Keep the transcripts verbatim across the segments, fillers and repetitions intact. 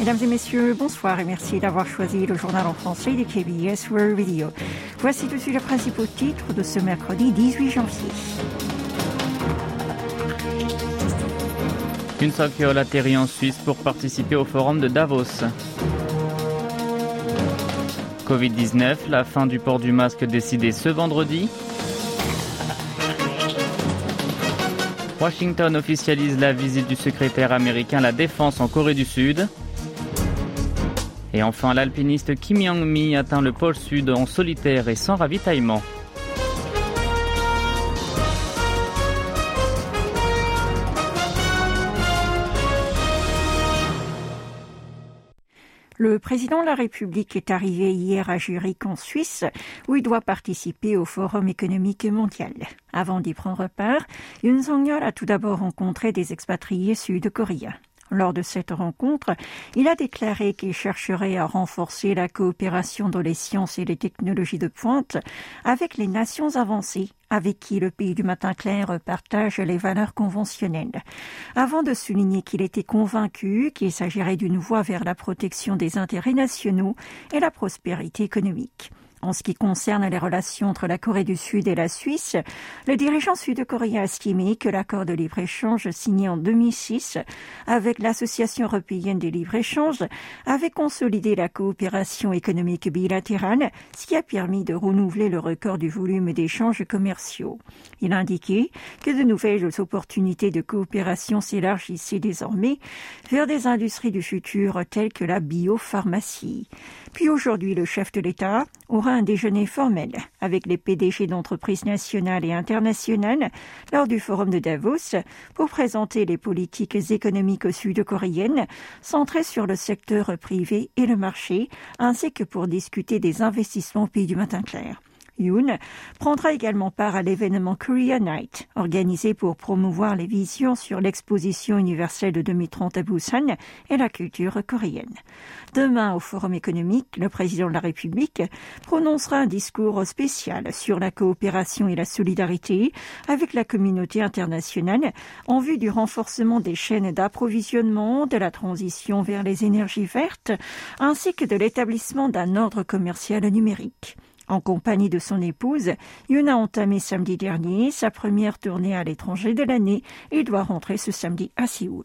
Mesdames et messieurs, bonsoir et merci d'avoir choisi le journal en français de K B S World Radio. Voici tout de suite les principaux titres de ce mercredi dix-huit janvier. Une Soccer atterrit en Suisse pour participer au forum de Davos. covid dix-neuf, la fin du port du masque décidée ce vendredi. Washington officialise la visite du secrétaire américain à la Défense en Corée du Sud. Et enfin, l'alpiniste Kim Young-mi atteint le pôle Sud en solitaire et sans ravitaillement. Le président de la République est arrivé hier à Zurich en Suisse, où il doit participer au Forum économique mondial. Avant d'y prendre part, Yoon Song-yeol a tout d'abord rencontré des expatriés sud-coréens. Lors de cette rencontre, il a déclaré qu'il chercherait à renforcer la coopération dans les sciences et les technologies de pointe avec les nations avancées, avec qui le pays du matin clair partage les valeurs conventionnelles. Avant de souligner qu'il était convaincu qu'il s'agirait d'une voie vers la protection des intérêts nationaux et la prospérité économique. En ce qui concerne les relations entre la Corée du Sud et la Suisse, le dirigeant sud-coréen a estimé que l'accord de libre-échange signé en deux mille six avec l'Association européenne de libre-échange avait consolidé la coopération économique bilatérale, ce qui a permis de renouveler le record du volume d'échanges commerciaux. Il a indiqué que de nouvelles opportunités de coopération s'élargissaient désormais vers des industries du futur telles que la biopharmacie. Puis aujourd'hui, le chef de l'État aura un déjeuner formel avec les P D G d'entreprises nationales et internationales lors du forum de Davos pour présenter les politiques économiques sud-coréennes centrées sur le secteur privé et le marché, ainsi que pour discuter des investissements au pays du matin clair. Yoon prendra également part à l'événement Korea Night, organisé pour promouvoir les visions sur l'exposition universelle de deux mille trente à Busan et la culture coréenne. Demain, au Forum économique, le président de la République prononcera un discours spécial sur la coopération et la solidarité avec la communauté internationale en vue du renforcement des chaînes d'approvisionnement, de la transition vers les énergies vertes, ainsi que de l'établissement d'un ordre commercial numérique. En compagnie de son épouse, Yoon a entamé samedi dernier sa première tournée à l'étranger de l'année et doit rentrer ce samedi à Séoul.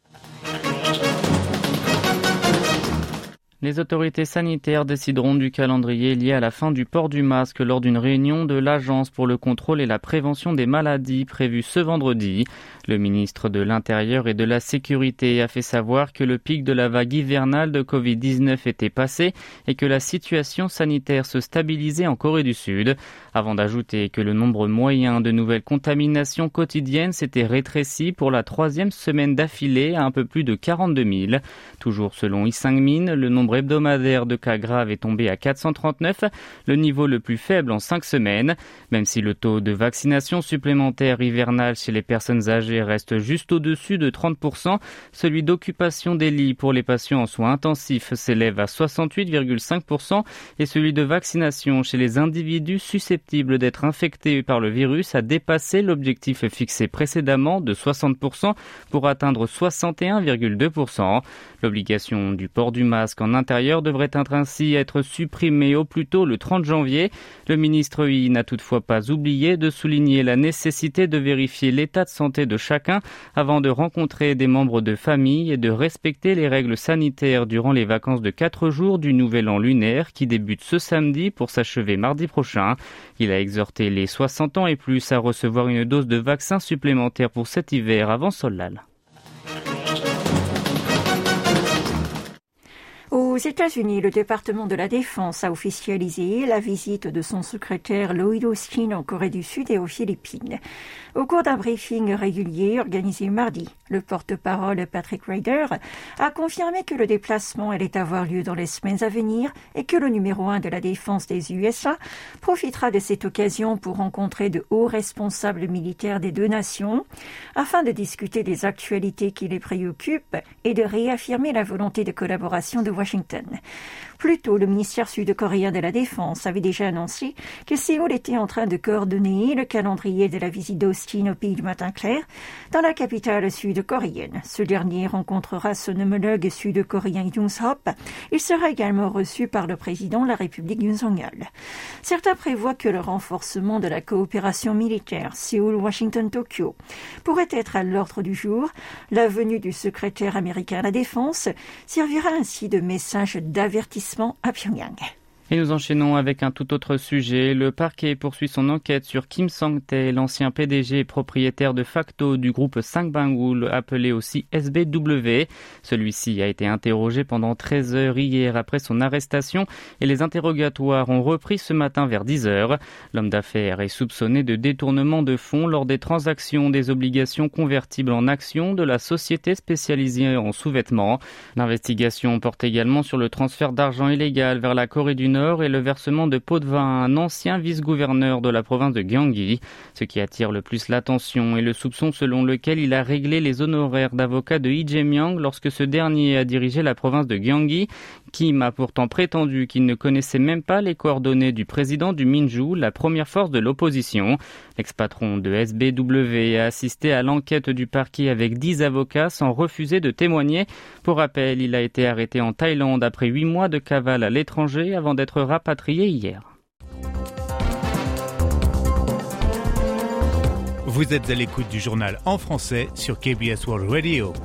Les autorités sanitaires décideront du calendrier lié à la fin du port du masque lors d'une réunion de l'Agence pour le contrôle et la prévention des maladies prévue ce vendredi. Le ministre de l'Intérieur et de la Sécurité a fait savoir que le pic de la vague hivernale de covid dix-neuf était passé et que la situation sanitaire se stabilisait en Corée du Sud, avant d'ajouter que le nombre moyen de nouvelles contaminations quotidiennes s'était rétréci pour la troisième semaine d'affilée à un peu plus de quarante-deux mille. Toujours selon Lee Sang-min, le nombre hebdomadaire de cas graves est tombé à quatre cent trente-neuf, le niveau le plus faible en cinq semaines. Même si le taux de vaccination supplémentaire hivernale chez les personnes âgées reste juste au-dessus de trente pour cent, celui d'occupation des lits pour les patients en soins intensifs s'élève à soixante-huit virgule cinq pour cent et celui de vaccination chez les individus susceptibles d'être infectés par le virus a dépassé l'objectif fixé précédemment de soixante pour cent pour atteindre soixante et un virgule deux pour cent. L'obligation du port du masque en intérieur devrait ainsi être supprimée au plus tôt le trente janvier. Le ministre Yi n'a toutefois pas oublié de souligner la nécessité de vérifier l'état de santé de chacun avant de rencontrer des membres de famille et de respecter les règles sanitaires durant les vacances de quatre jours du Nouvel An lunaire qui débute ce samedi pour s'achever mardi prochain. Il a exhorté les soixante ans et plus à recevoir une dose de vaccin supplémentaire pour cet hiver avant Solal. Aux États-Unis, le département de la Défense a officialisé la visite de son secrétaire Lloyd Austin en Corée du Sud et aux Philippines. Au cours d'un briefing régulier organisé mardi, le porte-parole Patrick Ryder a confirmé que le déplacement allait avoir lieu dans les semaines à venir et que le numéro un de la défense des U S A profitera de cette occasion pour rencontrer de hauts responsables militaires des deux nations afin de discuter des actualités qui les préoccupent et de réaffirmer la volonté de collaboration de Washington. Plus tôt, le ministère sud-coréen de la Défense avait déjà annoncé que Séoul était en train de coordonner le calendrier de la visite d'Austin Palestine au pays du matin clair, dans la capitale sud-coréenne. Ce dernier rencontrera son homologue sud-coréen Yoon Suk. Il sera également reçu par le président de la République Yoon Suk-yeol. Certains prévoient que le renforcement de la coopération militaire Séoul-Washington-Tokyo pourrait être à l'ordre du jour. La venue du secrétaire américain à la Défense servira ainsi de message d'avertissement à Pyongyang. Et nous enchaînons avec un tout autre sujet. Le parquet poursuit son enquête sur Kim Sang-tae, l'ancien P D G et propriétaire de facto du groupe Sangbangul, appelé aussi S B W. Celui-ci a été interrogé pendant treize heures hier après son arrestation et les interrogatoires ont repris ce matin vers dix heures. L'homme d'affaires est soupçonné de détournement de fonds lors des transactions des obligations convertibles en actions de la société spécialisée en sous-vêtements. L'investigation porte également sur le transfert d'argent illégal vers la Corée du Nord et le versement de pots de vin à un ancien vice-gouverneur de la province de Gyeonggi. Ce qui attire le plus l'attention est le soupçon selon lequel il a réglé les honoraires d'avocat de Lee Jae-myung lorsque ce dernier a dirigé la province de Gyeonggi. Kim a pourtant prétendu qu'il ne connaissait même pas les coordonnées du président du Minju, la première force de l'opposition. L'ex-patron de S B W a assisté à l'enquête du parquet avec dix avocats sans refuser de témoigner. Pour rappel, il a été arrêté en Thaïlande après huit mois de cavale à l'étranger avant d'être rapatrié hier. Vous êtes à l'écoute du journal en français sur K B S World Radio.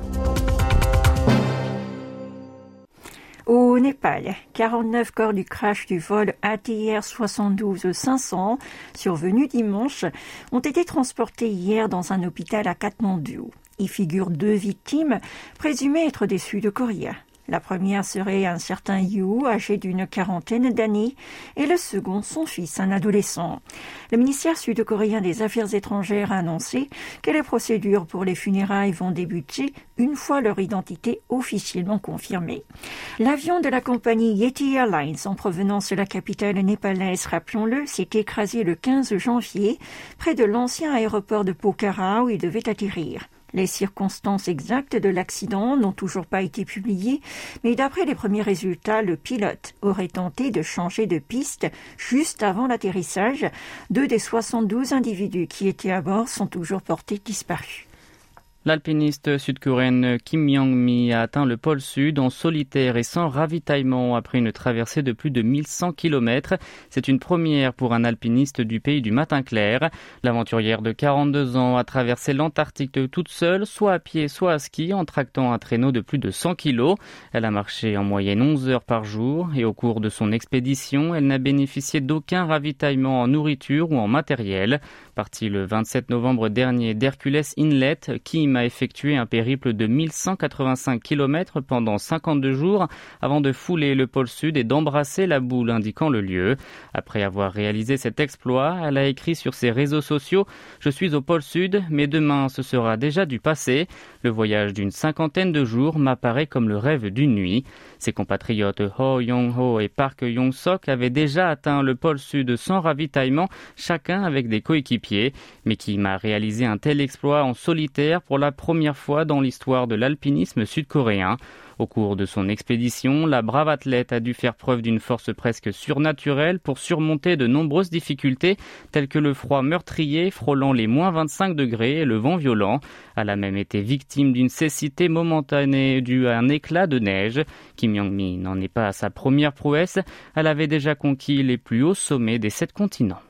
Au Népal, quarante-neuf corps du crash du vol A T R soixante-douze cinq cents, survenu dimanche, ont été transportés hier dans un hôpital à Katmandou. Y figurent deux victimes, présumées être des Sud-Coréens. La première serait un certain Yu, âgé d'une quarantaine d'années, et le second, son fils, un adolescent. Le ministère sud-coréen des Affaires étrangères a annoncé que les procédures pour les funérailles vont débuter une fois leur identité officiellement confirmée. L'avion de la compagnie Yeti Airlines, en provenance de la capitale népalaise, rappelons-le, s'est écrasé le quinze janvier près de l'ancien aéroport de Pokhara où il devait atterrir. Les circonstances exactes de l'accident n'ont toujours pas été publiées, mais d'après les premiers résultats, le pilote aurait tenté de changer de piste juste avant l'atterrissage. Deux des soixante-douze individus qui étaient à bord sont toujours portés disparus. L'alpiniste sud-coréenne Kim Young-mi a atteint le pôle sud en solitaire et sans ravitaillement après une traversée de plus de mille cent kilomètres. C'est une première pour un alpiniste du pays du matin clair. L'aventurière de quarante-deux ans a traversé l'Antarctique toute seule, soit à pied, soit à ski, en tractant un traîneau de plus de cent kilos. Elle a marché en moyenne onze heures par jour et au cours de son expédition, elle n'a bénéficié d'aucun ravitaillement en nourriture ou en matériel. Partie le vingt-sept novembre dernier d'Hercules Inlet, Kim a effectué un périple de mille cent quatre-vingt-cinq kilomètres pendant cinquante-deux jours avant de fouler le pôle sud et d'embrasser la boule indiquant le lieu. Après avoir réalisé cet exploit, elle a écrit sur ses réseaux sociaux « Je suis au pôle sud, mais demain ce sera déjà du passé. Le voyage d'une cinquantaine de jours m'apparaît comme le rêve d'une nuit. » Ses compatriotes Ho Yong-ho et Park Yong-sok avaient déjà atteint le pôle sud sans ravitaillement, chacun avec des coéquipiers. Mais Kim a réalisé un tel exploit en solitaire pour la première fois dans l'histoire de l'alpinisme sud-coréen. Au cours de son expédition, la brave athlète a dû faire preuve d'une force presque surnaturelle pour surmonter de nombreuses difficultés, telles que le froid meurtrier frôlant les moins vingt-cinq degrés et le vent violent. Elle a même été victime d'une cécité momentanée due à un éclat de neige. Kim Young-mi n'en est pas à sa première prouesse. Elle avait déjà conquis les plus hauts sommets des sept continents.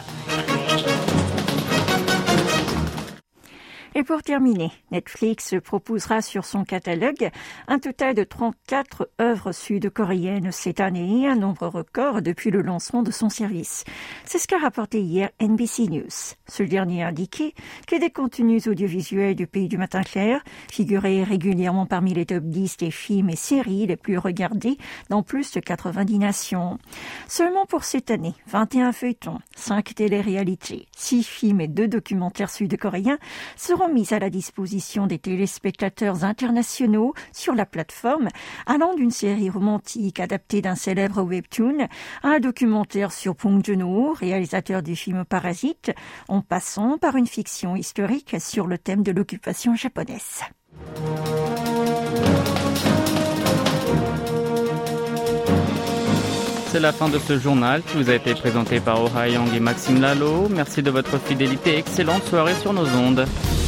Et pour terminer, Netflix proposera sur son catalogue un total de trente-quatre œuvres sud-coréennes cette année, un nombre record depuis le lancement de son service. C'est ce qu'a rapporté hier N B C News. Ce dernier a indiqué que des contenus audiovisuels du pays du matin clair figuraient régulièrement parmi les top dix des films et séries les plus regardés dans plus de quatre-vingt-dix nations. Seulement pour cette année, vingt et un feuilletons, cinq téléréalités, six films et deux documentaires sud-coréens seront mis à la disposition des téléspectateurs internationaux sur la plateforme, allant d'une série romantique adaptée d'un célèbre webtoon à un documentaire sur Bong Joon-ho, réalisateur du film Parasite, en passant par une fiction historique sur le thème de l'occupation japonaise. c'est la fin de ce journal qui vous a été présenté par Ora Yang et Maxime Lalo. Merci de votre fidélité et excellente soirée sur nos ondes.